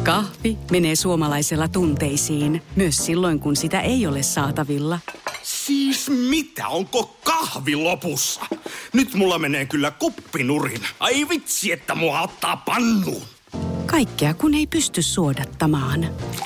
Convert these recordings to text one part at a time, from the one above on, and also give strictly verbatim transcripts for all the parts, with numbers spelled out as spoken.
Kahvi menee suomalaisella tunteisiin, myös silloin kun sitä ei ole saatavilla. Siis mitä? Onko kahvi lopussa? Nyt mulla menee kyllä kuppinurin. Ai vitsi, että mua ottaa pannuun. Kaikkea kun ei pysty suodattamaan.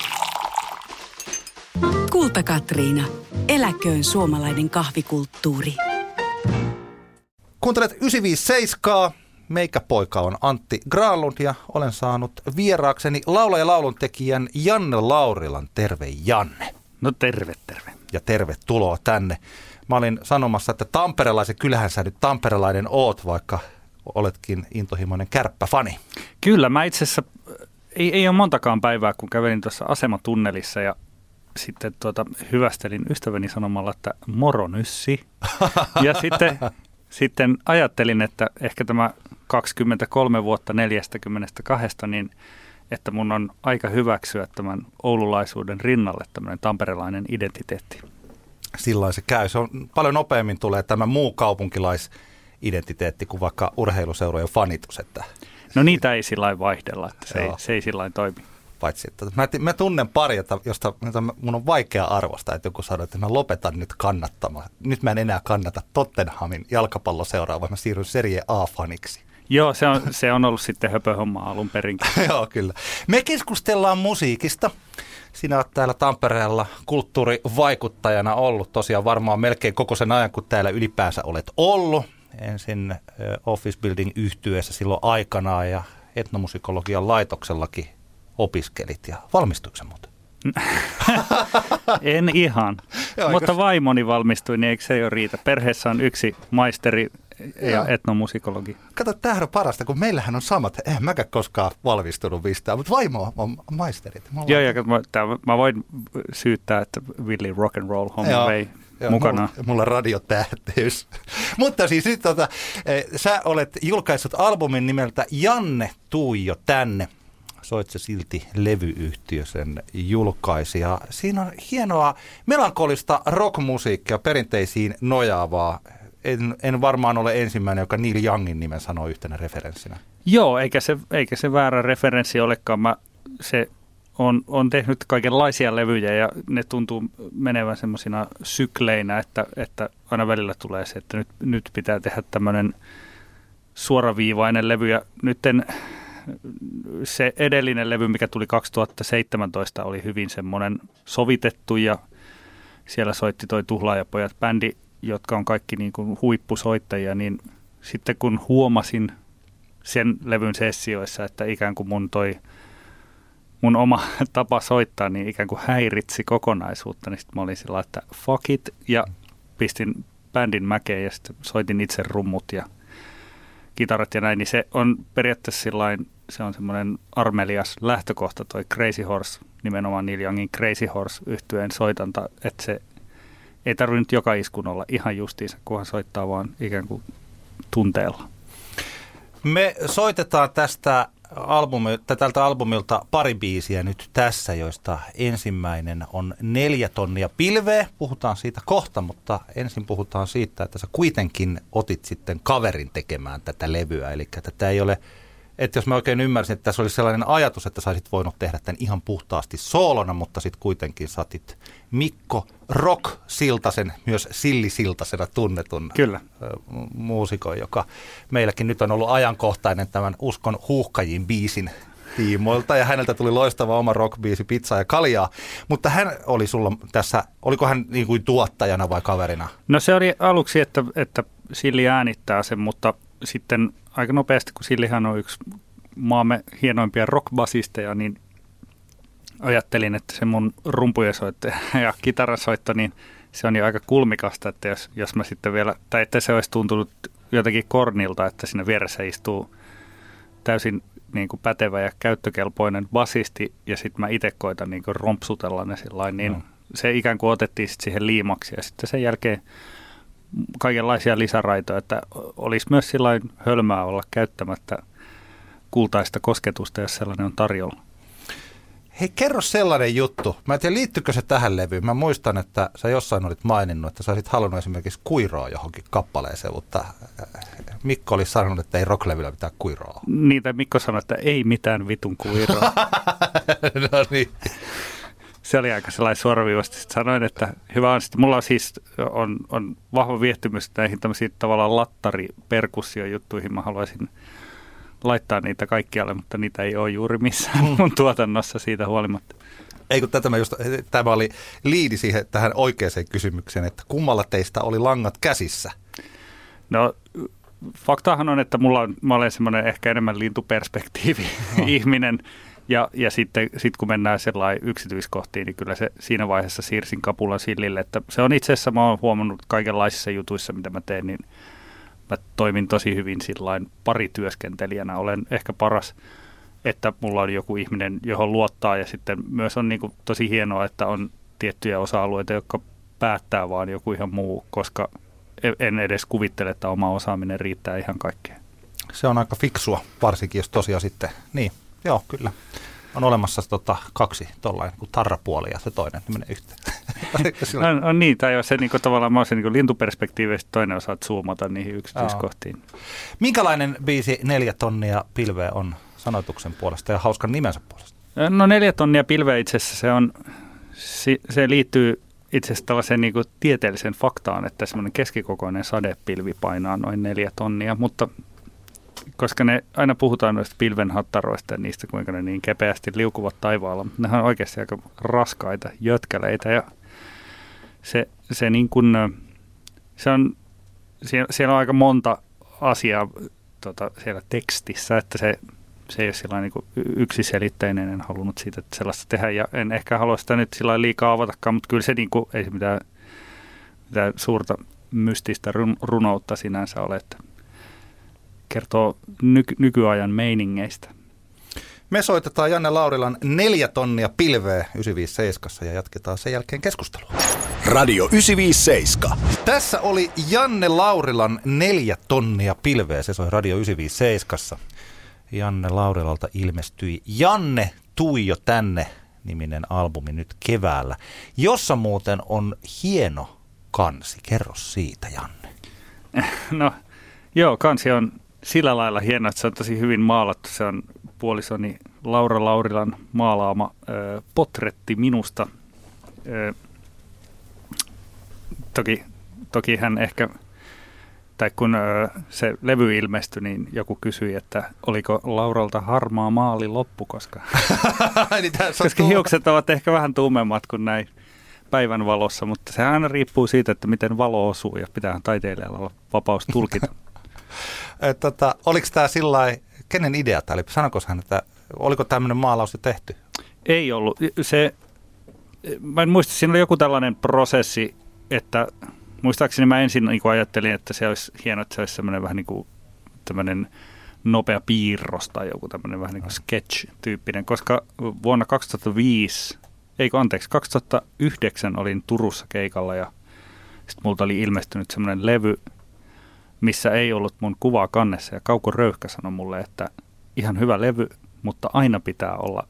Kulta Katriina. Eläköön suomalainen kahvikulttuuri. Kuuntelet yhdeksänsataaviisikymmentäseitsemän. Meikäpoika on Antti Granlund ja olen saanut vieraakseni laula- ja lauluntekijän Janne Laurilan. Terve Janne. No terve, terve. Ja tervetuloa tänne. Mä olin sanomassa, että tamperelaisen, kyllähän sä nyt tamperelainen oot, vaikka oletkin intohimoinen kärppäfani. Kyllä, mä itse asiassa, ei, ei ole montakaan päivää, kun kävelin tuossa asematunnelissa ja sitten tuota, hyvästelin ystäväni sanomalla, että moro nyssi. Ja sitten, sitten ajattelin, että ehkä tämä kaksikymmentäkolme vuotta neljästäkymmenestäkahdesta, niin että mun on aika hyväksyä tämän oululaisuuden rinnalle tämmöinen tamperelainen identiteetti. Silloin se käy. Se on paljon nopeammin tulee tämä muu kaupunkilaisidentiteetti kuin vaikka urheiluseurojen fanitus. Että no niitä ei sillä lailla vaihdella, että se ei, se ei sillä lailla toimi. Paitsi, että mä, mä tunnen pari, josta mun on vaikea arvostaa, että joku sanoo, että mä lopetan nyt kannattamaan. Nyt mä en enää kannata Tottenhamin jalkapalloseuraa, vaan mä siirryn Serie A-faniksi. Joo, se on, se on ollut sitten höpöhommaa alun perinkin. Joo, kyllä. Me keskustellaan musiikista. Sinä olet täällä Tampereella kulttuurivaikuttajana ollut tosiaan varmaan melkein koko sen ajan, kun täällä ylipäänsä olet ollut. Ensin Office Building -yhtyeessä silloin aikanaan ja etnomusikologian laitoksellakin opiskelit. Ja valmistuiko se muuten? En ihan, Joo, mutta eikö? Vaimoni valmistui, niin eikö se jo riitä? Perheessä on yksi maisteri ja Joo. etnomusikologi. Kato, tämähän on parasta, kun meillähän on samat. Eihän mäkään koskaan valmistunut mistään, mutta vaimo on maisterit. Joo, ja mä, tämän, mä voin syyttää, että Willy rock and roll homma vei mukana. Mulla, mulla radiotähteys. Mutta siis nyt tota, sä olet julkaissut albumin nimeltä Janne Tuijo tänne. Soit se silti levyyhtiö sen julkaisi. Ja siinä on hienoa melankolista rockmusiikkia, perinteisiin nojaavaa. En, en varmaan ole ensimmäinen, joka Neil Youngin nimen sanoo yhtenä referenssinä. Joo, eikä se, eikä se väärä referenssi olekaan. Mä, se on, on tehnyt kaikenlaisia levyjä ja ne tuntuu menevän semmoisina sykleinä, että, että aina välillä tulee se, että nyt, nyt pitää tehdä tämmöinen suoraviivainen levy. Ja nytten se edellinen levy, mikä tuli kaksituhattaseitsemäntoista, oli hyvin semmoinen sovitettu ja siellä soitti toi Tuhlaajapojat bändi, jotka on kaikki niin kuin huippusoittajia, niin sitten kun huomasin sen levyn sessioissa, että ikään kuin mun toi mun oma tapa soittaa, niin ikään kuin häiritsi kokonaisuutta, niin sitten mä olin sillä, että fuck it, ja pistin bändin mäkeen ja sitten soitin itse rummut ja kitarat ja näin, niin se on periaatteessa sillain, se on semmoinen armelias lähtökohta toi Crazy Horse, nimenomaan Neil Youngin Crazy Horse -yhtyeen soitanta, että se ei tarvitse nyt joka iskun olla ihan justiinsa, kunhan soittaa vaan ikään kuin tunteella. Me soitetaan tästä albumi, tältä albumilta pari biisiä nyt tässä, joista ensimmäinen on Neljä tonnia pilveä. Puhutaan siitä kohta, mutta ensin puhutaan siitä, että sä kuitenkin otit sitten kaverin tekemään tätä levyä. Eli tätä ei ole, että jos mä oikein ymmärsin, että tässä oli sellainen ajatus, että sä olisit voinut tehdä tämän ihan puhtaasti soolona, mutta sitten kuitenkin saatit Mikko Rock Siltasen, myös Silli Siltasena tunnetun Kyllä. muusikon, joka meilläkin nyt on ollut ajankohtainen tämän Uskon huuhkajiin biisin tiimoilta, ja häneltä tuli loistava oma rockbiisi Pizzaa ja kaljaa, mutta hän oli sulla tässä, oliko hän niin kuin tuottajana vai kaverina? No se oli aluksi, että, että Silli äänittää sen, mutta sitten aika nopeasti, kun Sillihän on yksi maamme hienoimpia rockbasisteja, niin ajattelin, että se mun rumpujen soitto ja kitarasoitto, niin se on jo aika kulmikasta, että jos, jos mä sitten vielä, tai että se olisi tuntunut jotenkin kornilta, että siinä vieressä istuu täysin niin kuin pätevä ja käyttökelpoinen basisti, ja sitten mä itse koitan niin kuin rompsutella ne sillain, niin no. Se ikään kuin otettiin sitten siihen liimaksi, ja sitten sen jälkeen kaikenlaisia lisäraitoja, että olisi myös sillain hölmää olla käyttämättä kultaista kosketusta, jos sellainen on tarjolla. Hei, kerro sellainen juttu. Mä en tiedä, liittyykö se tähän levyyn. Mä muistan, että sä jossain olit maininnut, että sä olisit halunnut esimerkiksi kuiroa johonkin kappaleeseen, mutta Mikko oli sanonut, että ei rocklevyllä mitään kuiroa. Niitä Mikko sanoi, että ei mitään vitun kuiroa. No niin. Se oli aika sellainen suoraviivasti. Sitten sanoin, että hyvä on. Sitten mulla on siis on, on vahva viehtymys näihin tämmöisiin tavallaan lattariperkussiojuttuihin. Mä haluaisin laittaa niitä kaikkialle, mutta niitä ei ole juuri missään mun tuotannossa siitä huolimatta. Ei kun tätä mä just, tämä oli liidi siihen tähän oikeaan kysymykseen, että kummalla teistä oli langat käsissä? No faktahan on, että mulla on, mä olen semmoinen ehkä enemmän lintuperspektiivi oh. ihminen. Ja, ja sitten sit kun mennään sellainen yksityiskohtiin, niin kyllä se siinä vaiheessa siirsin kapulan sillille. Että se on itse asiassa, mä oon huomannut kaikenlaisissa jutuissa, mitä mä teen, niin mä toimin tosi hyvin sillain parityöskentelijänä. Olen ehkä paras, että mulla on joku ihminen, johon luottaa. Ja sitten myös on niin kuin tosi hienoa, että on tiettyjä osa-alueita, jotka päättää vaan joku ihan muu, koska en edes kuvittele, että oma osaaminen riittää ihan kaikkeen. Se on aika fiksua, varsinkin jos tosiaan sitten, niin. Joo, kyllä. On olemassa tota, kaksi tuollainen niin tarrapuoli ja se toinen menee yhteen. on, on niin, tai jos se niin kuin, tavallaan mä olisin niin lintuperspektiivistä, toinen osaat zoomata niihin yksityiskohtiin. Joo. Minkälainen biisi Neljä tonnia pilveä on sanoituksen puolesta ja hauskan nimensä puolesta? No Neljä tonnia pilveä itse asiassa se, on, se liittyy itse asiassa tällaiseen niin kuin tieteelliseen faktaan, että semmoinen keskikokoinen sadepilvi painaa noin neljä tonnia, mutta koska ne aina puhutaan noista pilvenhattaroista ja niistä, kuinka ne niin kepeästi liukuvat taivaalla, mutta nehän on oikeasti aika raskaita jötkäleitä ja se, se, niin kuin, se on, siellä, siellä on aika monta asiaa tota, siellä tekstissä, että se, se ei ole sillä niin kuin yksiselitteinen, en halunnut siitä että sellaista tehdä ja en ehkä halua sitä nyt sillä liikaa avatakaan, mutta kyllä se niin kuin, ei se mitään, mitään suurta mystistä run, runoutta sinänsä ole, että kertoo nyky- nykyajan meiningeistä. Me soitetaan Janne Laurilan Neljä tonnia pilveä yhdeksänsataaviisikymmentäseitsemän ja jatketaan sen jälkeen keskustelua. Radio yhdeksänsataaviisikymmentäseitsemän. Tässä oli Janne Laurilan Neljä tonnia pilveä. Se soi Radio yhdeksänsataaviisikymmentäseitsemän. Janne Laurilalta ilmestyi Janne Tuijo tänne -niminen albumi nyt keväällä, jossa muuten on hieno kansi. Kerro siitä, Janne. No joo, kansi on sillä lailla hieno, että se on tosi hyvin maalattu. Se on puolisoni Laura Laurilan maalaama ö, potretti minusta. Ö, toki, toki hän ehkä, tai kun ö, se levy ilmestyi, niin joku kysyi, että oliko Lauralta harmaa maali loppu, koska, koska hiukset ovat ehkä vähän tummemmat kuin näin päivän valossa, mutta se aina riippuu siitä, että miten valo osuu ja pitää taiteilijalla olla vapaus tulkita. Tota, oliko tämä sillai, kenen idea tämä oli? Sanoiko hän, että oliko tämmöinen maalaus jo tehty? Ei ollut. Se, mä en muista, siinä oli joku tällainen prosessi, että muistaakseni mä ensin niin ajattelin, että se olisi hienoa, että se olisi semmoinen vähän niin kuin tämmöinen nopea piirros tai joku tämmöinen vähän niin kuin sketch-tyyppinen, koska vuonna kaksituhattaviisi, eikö anteeksi, kaksituhattayhdeksän olin Turussa keikalla ja sitten multa oli ilmestynyt semmoinen levy, missä ei ollut mun kuvaa kannessa ja Kauko Röyhkä sanoi mulle, että ihan hyvä levy, mutta aina pitää olla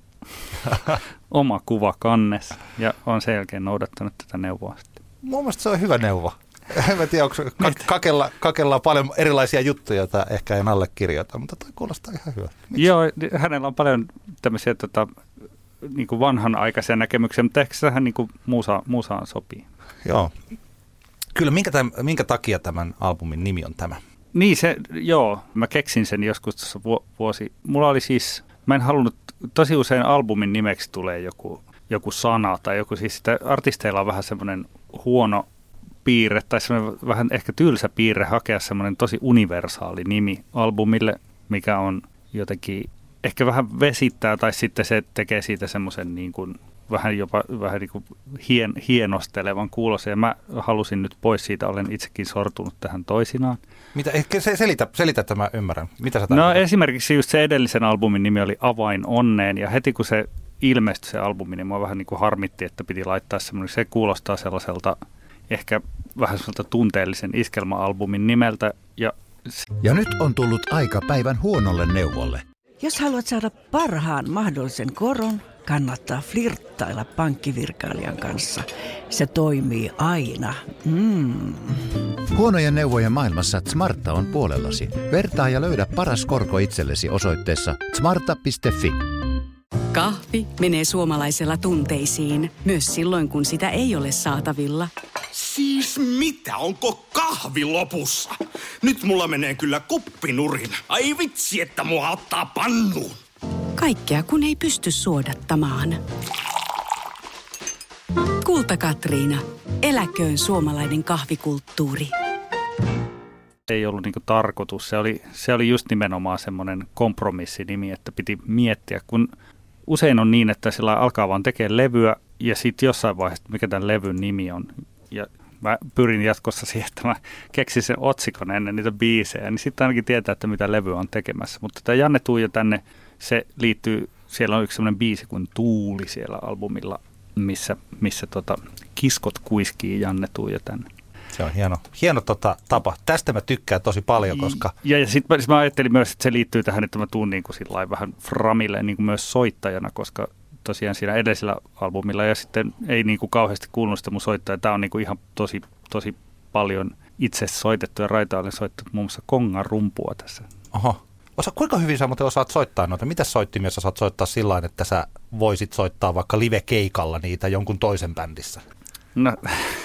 oma kuva kannessa ja on sen jälkeen noudattanut tätä neuvoa sitten. Mun mielestä se on hyvä neuvo. En tiedä, onko kakella, kakella paljon erilaisia juttuja, joita ehkä en allekirjoita, mutta toi kuulostaa ihan hyvä. Miksi? Joo, hänellä on paljon tämmöisiä tota, niin kuin vanhanaikaisia näkemyksiä, mutta ehkä sehän niin kuin muusa, muusaan sopii. Joo. Kyllä, minkä, tämän, minkä takia tämän albumin nimi on tämä? Niin se, joo, mä keksin sen joskus tuossa vuosi. Mulla oli siis, mä en halunnut, tosi usein albumin nimeksi tulee joku, joku sana tai joku, siis sitä artisteilla on vähän semmoinen huono piirre tai semmoinen vähän ehkä tylsä piirre hakea semmoinen tosi universaali nimi albumille, mikä on jotenkin ehkä vähän vesittää tai sitten se tekee siitä semmoisen niin kuin vähän jopa vähän niin kuin hien, hienostelevan kuulosen ja mä halusin nyt pois siitä, olen itsekin sortunut tähän toisinaan. Mitä, ehkä se selitä, selitä että mä ymmärrän. Mitä sä No esimerkiksi just se edellisen albumin nimi oli Avain onneen ja heti kun se ilmestyi se albumi, niin mua vähän niin kuin harmitti, että piti laittaa semmoinen, se kuulostaa sellaiselta ehkä vähän sellaiselta tunteellisen iskelma-albumin nimeltä. Ja, ja nyt on tullut aika päivän huonolle neuvolle. Jos haluat saada parhaan mahdollisen koron, kannattaa flirttailla pankkivirkailijan kanssa. Se toimii aina. Mm. Huonojen neuvojen maailmassa Smarta on puolellasi. Vertaa ja löydä paras korko itsellesi osoitteessa smarta piste fi. Kahvi menee suomalaisella tunteisiin, myös silloin kun sitä ei ole saatavilla. Siis mitä? Onko kahvi lopussa? Nyt mulla menee kyllä kuppinurin. Ai vitsi, että mua ottaa pannuun. Kaikkea kun ei pysty suodattamaan. Kulta Katriina. Eläköön suomalainen kahvikulttuuri. Ei ollut niinku tarkoitus. Se oli, se oli just nimenomaan semmoinen kompromissinimi, että piti miettiä, kun usein on niin, että sillä alkaa vaan tekemään levyä ja sitten jossain vaiheessa, mikä tämän levyn nimi on. Ja mä pyrin jatkossa siihen, että mä keksin sen otsikon ennen niitä biisejä, niin sitten ainakin tietää, että mitä levy on tekemässä. Mutta tämä Janne Tuija tänne, se liittyy, siellä on yksi semmoinen biisi kuin Tuuli siellä albumilla, missä, missä tota, kiskot kuiskii Janne Tuija tänne. Se on hieno, hieno tota, tapa. Tästä mä tykkään tosi paljon, koska... Ja, ja sitten mä, sit mä ajattelin myös, että se liittyy tähän, että mä tuun niin kuin sillain vähän framille niin kuin myös soittajana, koska tosiaan siinä edellisellä albumilla ja sitten ei niin kuin kauheasti kuulunut sitä mun soittajaa. Tämä on niin kuin ihan tosi, tosi paljon itse soitettu ja Raita olen soittanut muun muassa kongan rumpua tässä. Oho. Osa, kuinka hyvin sä muuten osaat soittaa noita? Mitä soittimia sä saat soittaa sillä tavalla, että sä voisit soittaa vaikka live-keikalla niitä jonkun toisen bändissä? No,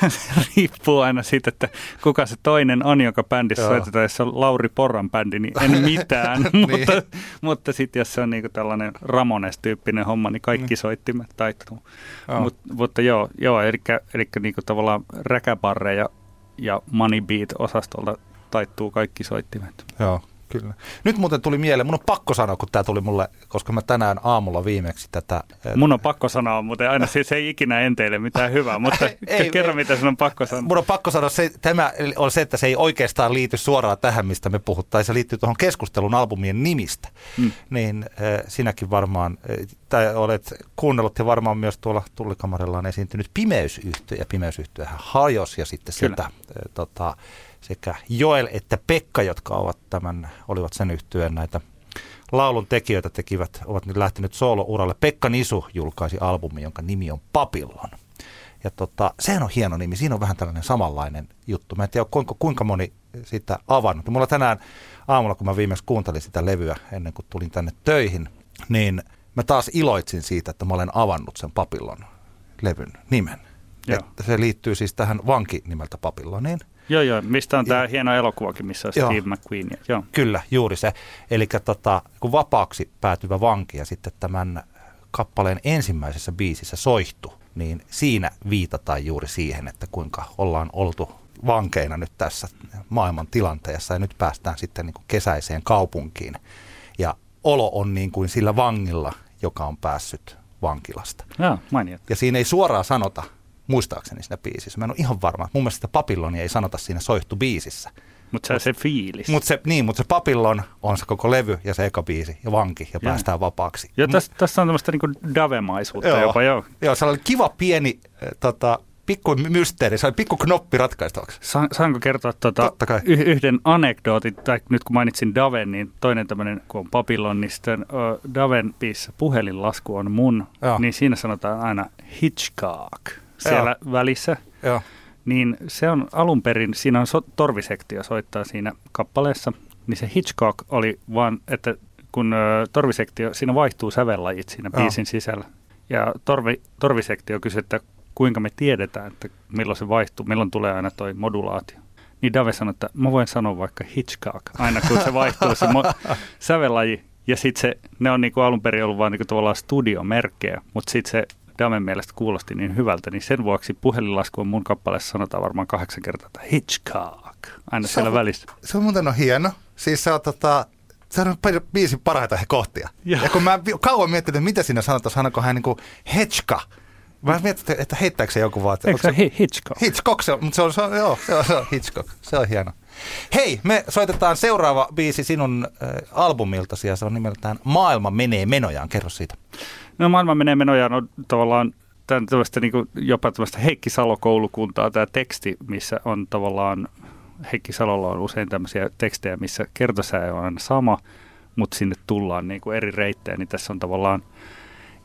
riippuu aina siitä, että kuka se toinen on, joka bändissä Joo. soitetaan. Jos se on Lauri Porran bändi, niin en mitään. niin. Mutta, mutta sitten jos se on niinku tällainen Ramones-tyyppinen homma, niin kaikki mm. soittimet taittuu. Mut, mutta joo, joo eli, eli niinku tavallaan räkäbarre ja, ja Money Beat-osastolta taittuu kaikki soittimet. Joo. Kyllä. Nyt muuten tuli mieleen, mun on pakko sanoa, kun tämä tuli mulle, koska mä tänään aamulla viimeksi tätä... Mun on pakko sanoa, mutta aina se ei ikinä enteile mitään hyvää, mutta ei, kerro ei, mitä sun on pakko sanoa. Mun on pakko sanoa, se, tämä on se, että se ei oikeastaan liity suoraan tähän, mistä me puhutaan, se liittyy tuohon keskustelun albumien nimistä. Mm. Niin äh, sinäkin varmaan, tai olet kuunnellut ja varmaan myös tuolla Tullikamarilla on esiintynyt Pimeysyhtye, ja Pimeysyhtyehän hajosi ja sitten sieltä... Äh, tota, sekä Joel että Pekka, jotka ovat tämän, olivat sen yhtyeen näitä laulun tekijöitä tekivät, ovat nyt lähtenyt soolo-uralle. Pekka Nisu julkaisi albumi, jonka nimi on Papillon. Ja tota, sehän on hieno nimi. Siinä on vähän tällainen samanlainen juttu. Mä en tiedä, kuinka, kuinka moni sitä avannut. Mulla tänään aamulla, kun mä viimeksi kuuntelin sitä levyä ennen kuin tulin tänne töihin, niin mä taas iloitsin siitä, että mä olen avannut sen Papillon levyn nimen. Että se liittyy siis tähän vanki nimeltä Papilloniin. Joo, joo. Mistä on tämä hieno elokuvakin, missä on Steve McQueen. Joo. Kyllä, juuri se. Eli tota, kun vapaaksi päätyvä vanki ja sitten tämän kappaleen ensimmäisessä biisissä Soihtu, niin siinä viitataan juuri siihen, että kuinka ollaan oltu vankeina nyt tässä maailman tilanteessa ja nyt päästään sitten niin kuin kesäiseen kaupunkiin. Ja olo on niin kuin sillä vangilla, joka on päässyt vankilasta. Joo, mainiot. Ja siinä ei suoraan sanota, muistaakseni siinä biisissä. Mä en ole ihan varma. Mun mielestä sitä Papillonia ei sanota siinä Soihtu biisissä. Mutta se on se fiilis. Mut se, niin, mutta se Papillon on se koko levy ja se eka biisi ja vanki ja joo. päästään vapaaksi. Joo, tässä, tässä on tämmöistä niinku davemaisuutta joo, jopa. Joo, joo, se oli kiva pieni äh, tota, pikku mysteeri, se oli pikku knoppi ratkaistavaksi. Sa- saanko kertoa tota, y- yhden anekdootin, tai nyt kun mainitsin Daven, niin toinen tämmöinen, kun on Papillon, niin sitten uh, Daven biisissä Puhelinlasku on mun, joo. niin siinä sanotaan aina Hitchcock. Siellä Joo. välissä, Joo. niin se on alun perin, siinä on so, torvisektio soittaa siinä kappaleessa, niin se Hitchcock oli vaan, että kun ö, torvisektio, siinä vaihtuu sävellajit siinä Joo. biisin sisällä. Ja torvi, torvisektio kysyi, että kuinka me tiedetään, että milloin se vaihtuu, milloin tulee aina toi modulaatio. Niin Dave sanoi, että mä voin sanoa vaikka Hitchcock, aina kun se vaihtuu se mo- sävellaji. Ja sitten se, ne on niinku alun perin ollut vaan niinku tavallaan studiomerkkejä, mutta sitten se Damen mielestä kuulosti niin hyvältä, niin sen vuoksi Puhelinlasku on mun kappaleessa sanotaan varmaan kahdeksan kertaa, että Hitchcock, aina se siellä on, välissä. Se on muuten on hieno. Siis se on, tota, se on biisin parhaita kohtia. Ja, ja kun mä kauan miettinyt, että mitä siinä sanotaan, sanoiko hän niin kuin Hetchka. Mä mietin, että heittääkö se joku vaan. Eikö se on Hitchcock? Hitchcock, se on, mutta se on, se on, joo, se on, se on Hitchcock. Se on hieno. Hei, me soitetaan seuraava biisi sinun äh, albumiltasi ja se on nimeltään Maailma menee menojaan. Kerro siitä. No Maailma menee menojaan on tavallaan tämän, niin kuin jopa tämmöistä Heikki Salo-koulukuntaa tämä teksti, missä on tavallaan, Heikki Salolla on usein tämmöisiä tekstejä, missä kertosää on aina sama, mutta sinne tullaan niin kuin eri reittejä, niin tässä on tavallaan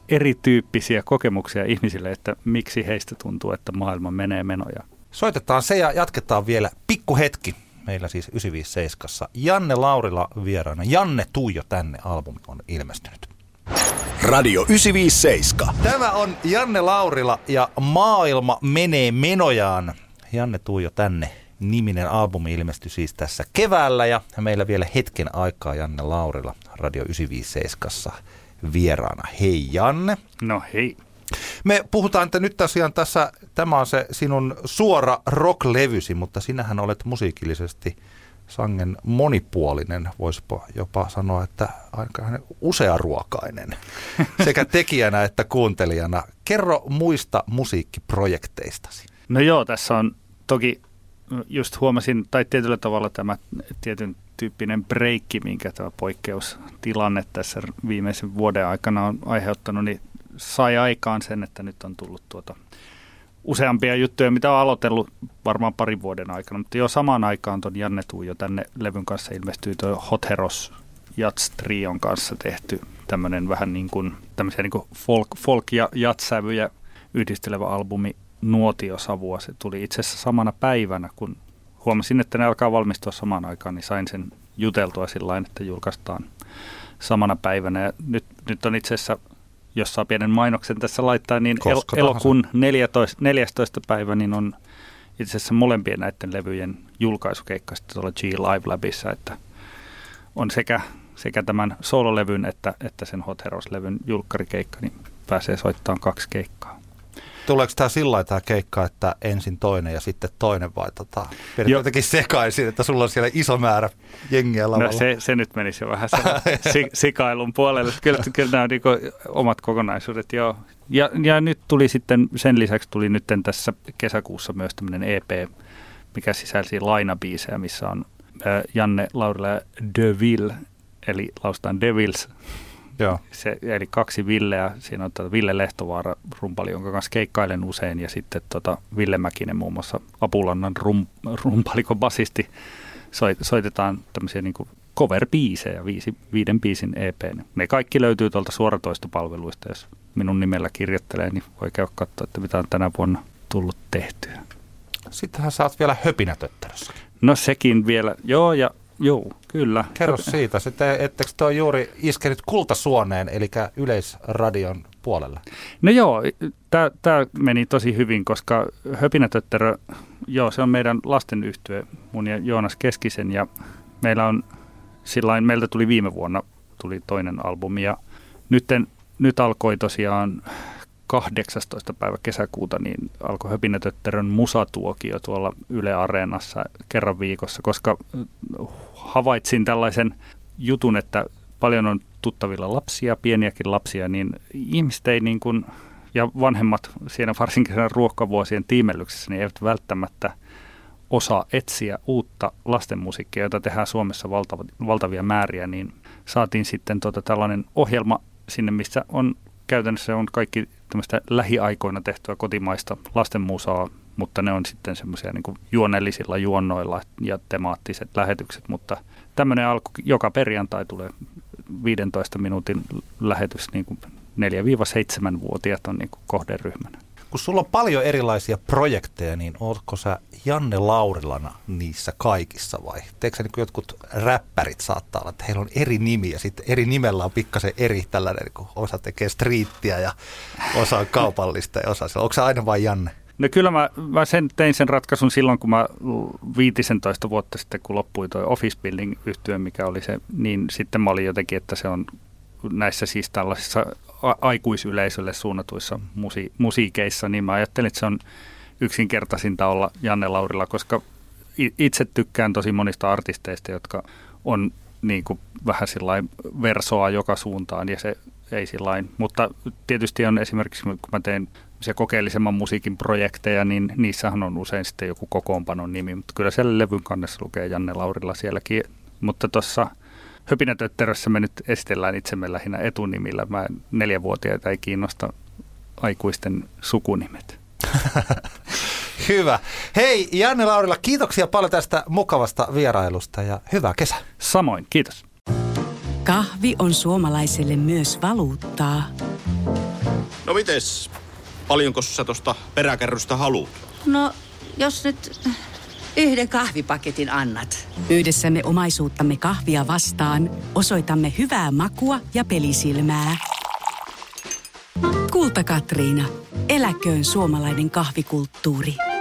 erityyppisiä kokemuksia ihmisille, että miksi heistä tuntuu, että maailma menee menoja. Soitetaan se ja jatketaan vielä pikkuhetki. Meillä siis yhdeksänsataaviisikymmentäseitsemän. Janne Laurila vieraana. Janne, tuu jo tänne, albumi on ilmestynyt. Radio yhdeksänsataaviisikymmentäseitsemän. Tämä on Janne Laurila ja Maailma menee menojaan. Janne, tuu jo tänne. Niminen albumi ilmestyi siis tässä keväällä ja meillä vielä hetken aikaa Janne Laurila Radio yhdeksänsataaviisikymmentäseitsemän vieraana. Hei Janne. No hei. Me puhutaan, että nyt tosiaan tässä, tämä on se sinun suora rock-levysi, mutta sinähän olet musiikillisesti sangen monipuolinen, voisipa jopa sanoa, että aika usearuokainen sekä tekijänä että kuuntelijana. Kerro muista musiikkiprojekteistasi. No joo, tässä on toki just huomasin, tai tietyllä tavalla tämä tietyn tyyppinen breikki, minkä tämä poikkeustilanne tässä viimeisen vuoden aikana on aiheuttanut, niin sai aikaan sen, että nyt on tullut tuota useampia juttuja, mitä on aloitellut varmaan parin vuoden aikana, mutta jo samaan aikaan ton Janne tuu jo tänne levyn kanssa ilmestyi tuo Hot Heroes Jats Trion kanssa tehty tämmöinen vähän niin kuin tämmöisiä niin kuin folk, folk- ja jats-sävyjä yhdistelevä albumi Nuotiosavua. Se tuli itse asiassa samana päivänä, kun huomasin, että ne alkaa valmistua samaan aikaan, niin sain sen juteltua sillä lailla, että julkaistaan samana päivänä. Ja nyt, nyt on itse asiassa, jos saa pienen mainoksen tässä laittaa, niin el- elokuun neljästoista, neljästoista päivä niin on itse asiassa molempien näiden levyjen julkaisukeikka sitten tuolla G Live Labissa, että on sekä, sekä tämän soololevyn että, että sen Hot Heroes-levyn julkkarikeikka, niin pääsee soittamaan kaksi keikkaa. Tuleeko tämä sillä lailla tämä keikka, että ensin toinen ja sitten toinen vai tota, pidät jotenkin sekaisin, että sulla on siellä iso määrä jengiä lavalla? No se, se nyt menisi jo vähän si, sikailun puolelle. Kyllä, kyllä nämä on niin omat kokonaisuudet, joo. Ja, ja nyt tuli sitten, sen lisäksi tuli nyt tässä kesäkuussa myös tämmöinen E P, mikä sisälsi lainabiisejä, missä on äh, Janne Laurila ja Deville, eli lausutaan Devils. Joo. Se, eli kaksi Villeä, siinä on tuota Ville Lehtovaara rumpali, jonka kanssa keikkailen usein, ja sitten tota Ville Mäkinen muun muassa Apulannan rum, rumpalikon basisti. Soit, soitetaan tämmöisiä niin kuin cover-biisejä, viisi, viiden biisin E P. Ne kaikki löytyy tuolta suoratoistopalveluista, jos minun nimellä kirjoittelee, niin voi käydä katsoa, että mitä on tänä vuonna tullut tehtyä. Sittenhän sä oot vielä Höpinätötterössä. No sekin vielä, joo ja joo, kyllä. Kerro siitä, sitten ettekö te ole juuri iskenyt kultasuoneen, eli Yleisradion puolella? No joo, tämä meni tosi hyvin, koska Höpinätötterö, joo, se on meidän lastennyyhtye, mun ja Joonas Keskisen, ja meillä on sillain, meiltä tuli viime vuonna tuli toinen albumi, ja nytten, nyt alkoi tosiaan kahdeksastoista päivä kesäkuuta, niin alkoi Höpinätötterön musatuokio tuolla Yle Areenassa kerran viikossa, koska havaitsin tällaisen jutun, että paljon on tuttavilla lapsia, pieniäkin lapsia, niin ihmiset ei niin kuin, ja vanhemmat siinä varsinkin ruokavuosien tiimellyksessä, niin eivät välttämättä osaa etsiä uutta lastenmusiikkia, jota tehdään Suomessa valtava, valtavia määriä, niin saatiin sitten tota tällainen ohjelma sinne, missä on käytännössä on kaikki tämmöistä lähiaikoina tehtyä kotimaista lastenmusaa, mutta ne on sitten semmoisia niin kuin juonellisilla juonnoilla ja temaattiset lähetykset, mutta tämmöinen alku, joka perjantai tulee viidentoista minuutin lähetys, niin kuin neljä-seitsemän-vuotiaat on niin kuin kohderyhmänä. Kun sulla on paljon erilaisia projekteja, niin ootko sä Janne Laurilana niissä kaikissa vai? Teekö sä niin kuin jotkut räppärit saattaa olla, että heillä on eri nimi ja sitten eri nimellä on pikkasen eri tällainen, niin kuin osa tekee striittiä ja osa on kaupallista ja osa. Onko sä aina vain Janne? No kyllä mä, mä sen, tein sen ratkaisun silloin, kun mä viisitoista vuotta sitten, kun loppui toi Office Building-yhtye, mikä oli se, niin sitten mä olin jotenkin, että se on näissä siis tällaisissa aikuisyleisölle suunnatuissa musi- musiikeissa, niin mä ajattelin, että se on yksinkertaisinta olla Janne Laurila, koska itse tykkään tosi monista artisteista, jotka on niin kuin vähän sillain versoa joka suuntaan, ja se ei sillain, mutta tietysti on esimerkiksi, kun mä teen se kokeellisemman musiikin projekteja, niin niissähän on usein sitten joku kokoonpanon nimi, mutta kyllä siellä levyn kannessa lukee Janne Laurila sielläkin, mutta tuossa Höpinätötterössä me nyt esitellään itsemme lähinnä etunimillä. Mä neljävuotiaita ei kiinnosta aikuisten sukunimet. Hyvä. Hei Janne Laurila, kiitoksia paljon tästä mukavasta vierailusta ja hyvää kesää. Samoin, kiitos. Kahvi on suomalaiselle myös valuuttaa. No mites? Paljonko sä tosta peräkärrystä haluat? No, jos nyt yhden kahvipaketin annat. Yhdessämme omaisuuttamme kahvia vastaan osoitamme hyvää makua ja pelisilmää. Kulta Katriina. Eläköön suomalainen kahvikulttuuri.